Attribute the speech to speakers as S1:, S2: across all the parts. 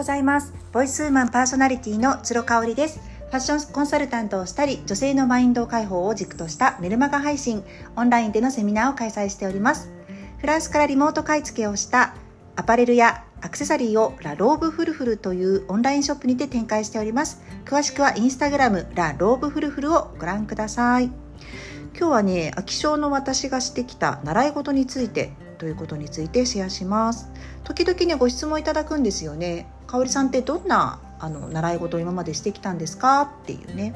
S1: ございます。ボイスウーマンパーソナリティのつろかおりです。ファッションコンサルタントをしたり、女性のマインド解放を軸としたメルマガ配信、オンラインでのセミナーを開催しております。フランスからリモート買い付けをしたアパレルやアクセサリーをラ・ローブフルフルというオンラインショップにて展開しております。詳しくはインスタグラムラ・ローブフルフルをご覧ください。今日はね、飽き性の私がしてきた習い事についてということについてシェアします。時々ね、ご質問いただくんですよね。かおりさんってどんな習い事を今までしてきたんですかっていうね。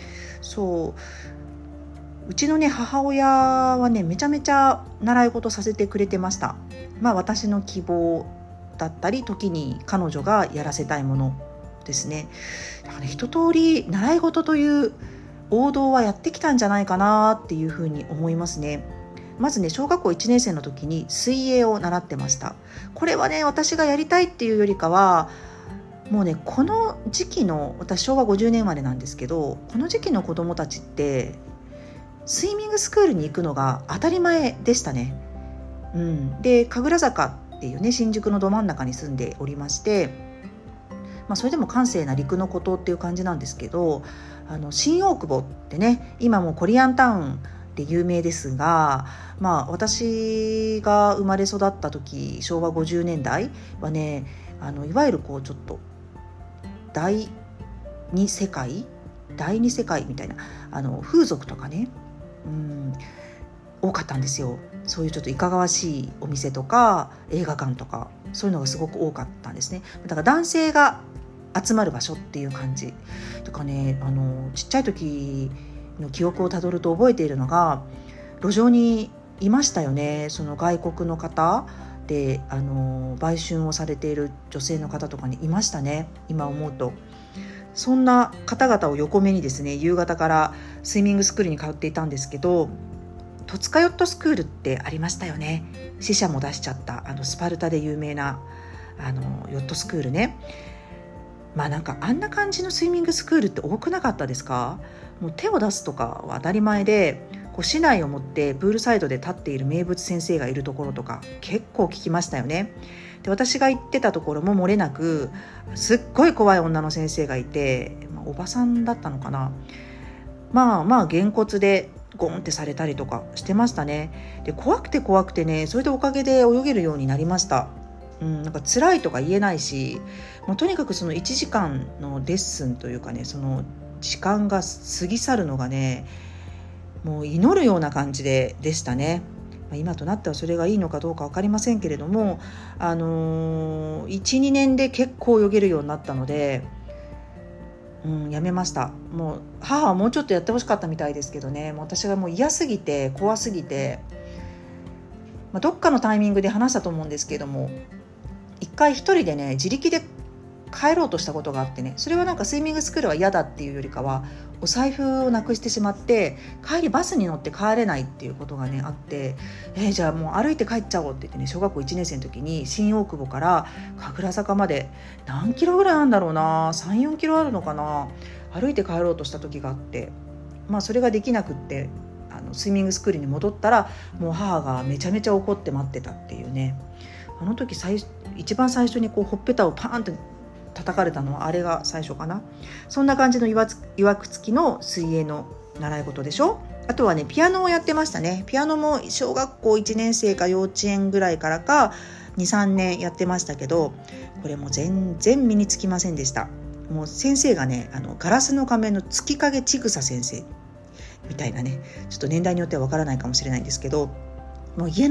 S1: うちのね、母親はね、めちゃめちゃ習い事させてくれてました。私の希望だったり、時に彼女がやらせたいものですね。だからね、一通り習い事という王道はやってきたんじゃないかなっていうふうに思いますね。まずね、小学校1年生の時に水泳を習ってました。これはね、私がやりたいっていうよりかは、もうね、この時期の、私昭和50年生まれなんですけど、この時期の子どもたちってスイミングスクールに行くのが当たり前でしたね。で、神楽坂っていうね、新宿のど真ん中に住んでおりまして、それでも閑静な陸の孤島っていう感じなんですけど、新大久保ってね、今もコリアンタウンで有名ですが、私が生まれ育った時、昭和50年代はね、いわゆるちょっと第二世界みたいな風俗とかね、多かったんですよ。そういうちょっといかがわしいお店とか映画館とか、そういうのがすごく多かったんですね。だから男性が集まる場所っていう感じとかね、ちっちゃい時の記憶をたどると覚えているのが、路上にいましたよね。その外国の方で売春をされている女性の方とかにいましたね。今思うとそんな方々を横目にですね、夕方からスイミングスクールに通っていたんですけど、戸塚ヨットスクールってありましたよね。死者も出しちゃったスパルタで有名なヨットスクールね。なんかあんな感じのスイミングスクールって多くなかったですか？もう手を出すとかは当たり前で、市内を持ってプールサイドで立っている名物先生がいるところとか結構聞きましたよね。で、私が行ってたところも漏れなくすっごい怖い女の先生がいて、おばさんだったのかな。げんこつでゴンってされたりとかしてましたね。で、怖くてね、それでおかげで泳げるようになりました。なんか辛いとか言えないし、もうとにかくその1時間のレッスンというかね、その時間が過ぎ去るのがね、もう祈るような感じでしたね。今となってはそれがいいのかどうか分かりませんけれども、1、2年で結構泳げるようになったので、やめました。もう母はもうちょっとやってほしかったみたいですけどね、もう私がもう嫌すぎて怖すぎて、どっかのタイミングで話したと思うんですけども、一回一人でね、自力で帰ろうとしたことがあってね、それはなんかスイミングスクールは嫌だっていうよりかは、お財布をなくしてしまって帰りバスに乗って帰れないっていうことがねあって、じゃあもう歩いて帰っちゃおうって言ってね、小学校1年生の時に新大久保から神楽坂まで何キロぐらいあるんだろうな、3、4キロあるのかな、歩いて帰ろうとした時があって、それができなくって、スイミングスクールに戻ったら、もう母がめちゃめちゃ怒って待ってたっていうね。あの時一番最初にほっぺたをパーンと叩かれたのはあれが最初かな。そんな感じのいわくつきの水泳の習い事でしょ。あとはね、ピアノをやってましたね。ピアノも小学校1年生か幼稚園ぐらいからか 2,3 年やってましたけど、これも全然身につきませんでした。もう先生がね、ガラスの仮面の月影千草先生みたいなね、ちょっと年代によってはわからないかもしれないんですけど、もう家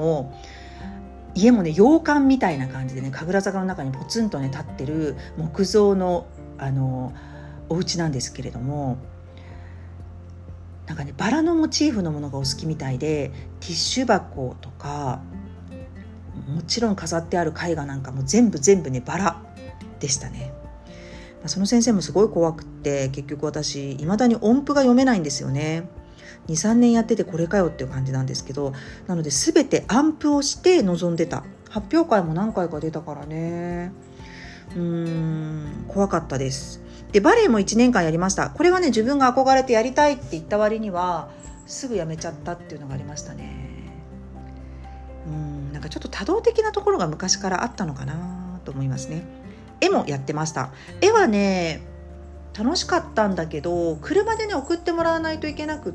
S1: もね、洋館みたいな感じでね、神楽坂の中にポツンとね立ってる木造のお家なんですけれども、なんかね、バラのモチーフのものがお好きみたいで、ティッシュ箱とか、もちろん飾ってある絵画なんかも全部ねバラでしたね。その先生もすごい怖くって、結局私未だに音符が読めないんですよね。2、3年やっててこれかよっていう感じなんですけど、なので全てアンプをして臨んでた。発表会も何回か出たからね、怖かったです。で、バレエも1年間やりました。これはね、自分が憧れてやりたいって言った割にはすぐやめちゃったっていうのがありましたね。なんかちょっと多動的なところが昔からあったのかなと思いますね。 絵もやってました。絵はね楽しかったんだけど、車でね送ってもらわないといけなくって、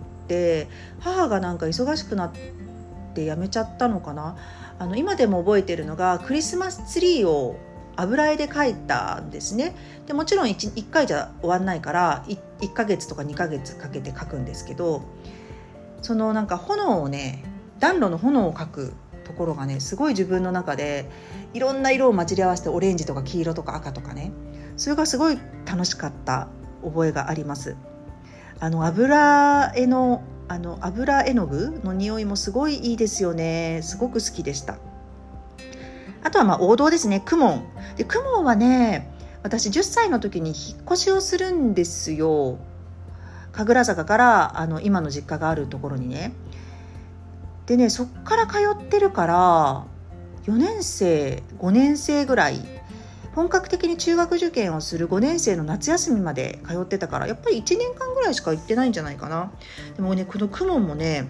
S1: 母がなんか忙しくなってやめちゃったのかな。今でも覚えてるのが、クリスマスツリーを油絵で描いたんですね。でもちろん 1回じゃ終わんないから 1ヶ月とか2ヶ月かけて描くんですけど、そのなんか炎をね、暖炉の炎を描くところがね、すごい自分の中でいろんな色を混じり合わせて、オレンジとか黄色とか赤とかね、それがすごい楽しかった覚えがあります。油絵の油絵の具の匂いもすごいいいですよね。すごく好きでした。あとは王道ですね、公文で、公文はね、私10歳の時に引っ越しをするんですよ。神楽坂から今の実家があるところにね。でね、そっから通ってるから4年生5年生ぐらい、本格的に中学受験をする5年生の夏休みまで通ってたから、やっぱり1年間ぐらいしか行ってないんじゃないかな。でもね、この公文もね、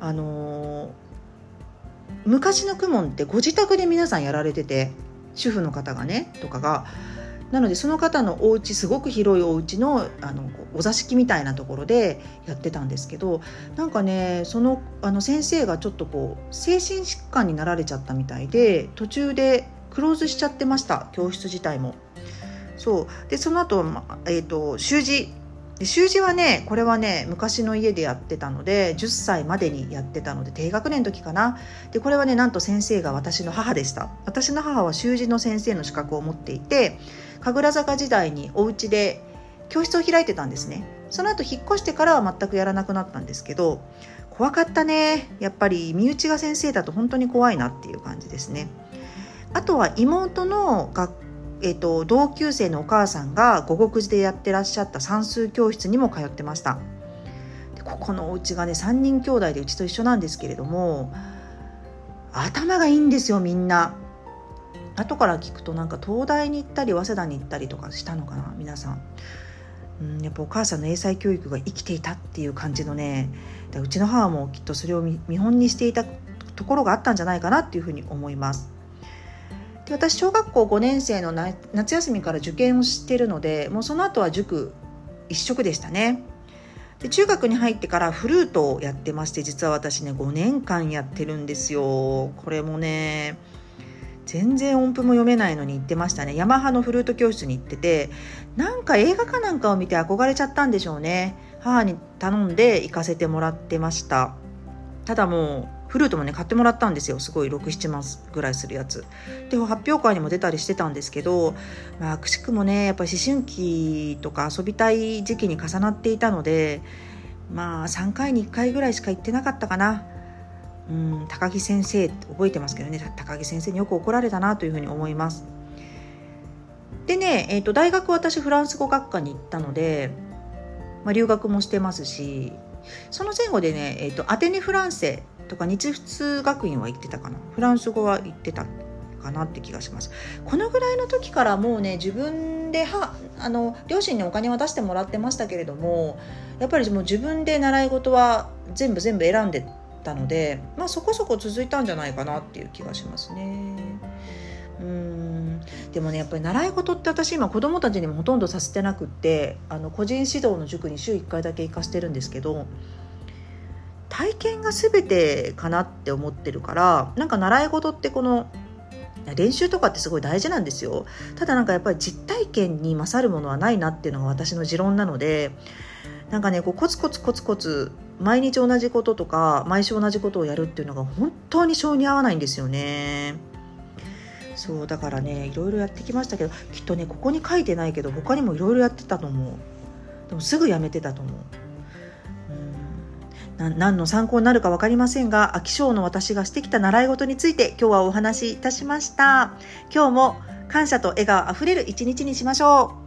S1: 昔の公文ってご自宅で皆さんやられてて、主婦の方がねとかが、なのでその方のお家、すごく広いお家のお座敷みたいなところでやってたんですけど、なんかね、先生がちょっと精神疾患になられちゃったみたいで、途中でクローズしちゃってました、教室自体も。そうで、その後、習字で、習字はね、これはね昔の家でやってたので、10歳までにやってたので、低学年の時かな。でこれはね、なんと先生が私の母でした。私の母は習字の先生の資格を持っていて、神楽坂時代にお家で教室を開いてたんですね。その後引っ越してからは全くやらなくなったんですけど、怖かったね。やっぱり身内が先生だと本当に怖いなっていう感じですね。あとは妹の同級生のお母さんが護国寺でやってらっしゃった算数教室にも通ってました。でここのお家がね、3人兄弟でうちと一緒なんですけれども、頭がいいんですよ、みんな。後から聞くと、なんか東大に行ったり早稲田に行ったりとかしたのかな、皆さん。やっぱお母さんの英才教育が生きていたっていう感じのね、うちの母もきっとそれを見本にしていたところがあったんじゃないかなっていうふうに思います。で私、小学校5年生の夏休みから受験をしているので、もうその後は塾一色でしたね。で中学に入ってからフルートをやってまして、実は私ね5年間やってるんですよ。これもね、全然音符も読めないのに行ってましたね。ヤマハのフルート教室に行ってて、なんか映画かなんかを見て憧れちゃったんでしょうね。母に頼んで行かせてもらってました。ただもうフルートもね買ってもらったんですよ。すごい 6,7 万ぐらいするやつで、発表会にも出たりしてたんですけど、くしくもね、やっぱり思春期とか遊びたい時期に重なっていたので、3回に1回ぐらいしか行ってなかったかな。高木先生覚えてますけどね、高木先生によく怒られたなというふうに思います。でね、大学私フランス語学科に行ったので、留学もしてますし、その前後でね、アテネフランセとか日仏学院は行ってたかな。フランス語は行ってたかなって気がします。このぐらいの時からもうね、自分で両親にお金は出してもらってましたけれども、やっぱりもう自分で習い事は全部選んでたので、そこそこ続いたんじゃないかなっていう気がしますね。でもね、やっぱり習い事って私今子どもたちにもほとんどさせてなくって、個人指導の塾に週1回だけ行かせてるんですけど、体験が全てかなって思ってるから、なんか習い事ってこの練習とかってすごい大事なんですよ。ただなんかやっぱり実体験に勝るものはないなっていうのが私の持論なので、なんかね、コツコツ毎日同じこととか毎週同じことをやるっていうのが本当に性に合わないんですよね。そうだからね、いろいろやってきましたけど、きっとねここに書いてないけど他にもいろいろやってたと思う。でもすぐやめてたと思う。何の参考になるか分かりませんが、飽き性の私がしてきた習い事について今日はお話しいたしました。今日も感謝と笑顔あふれる一日にしましょう。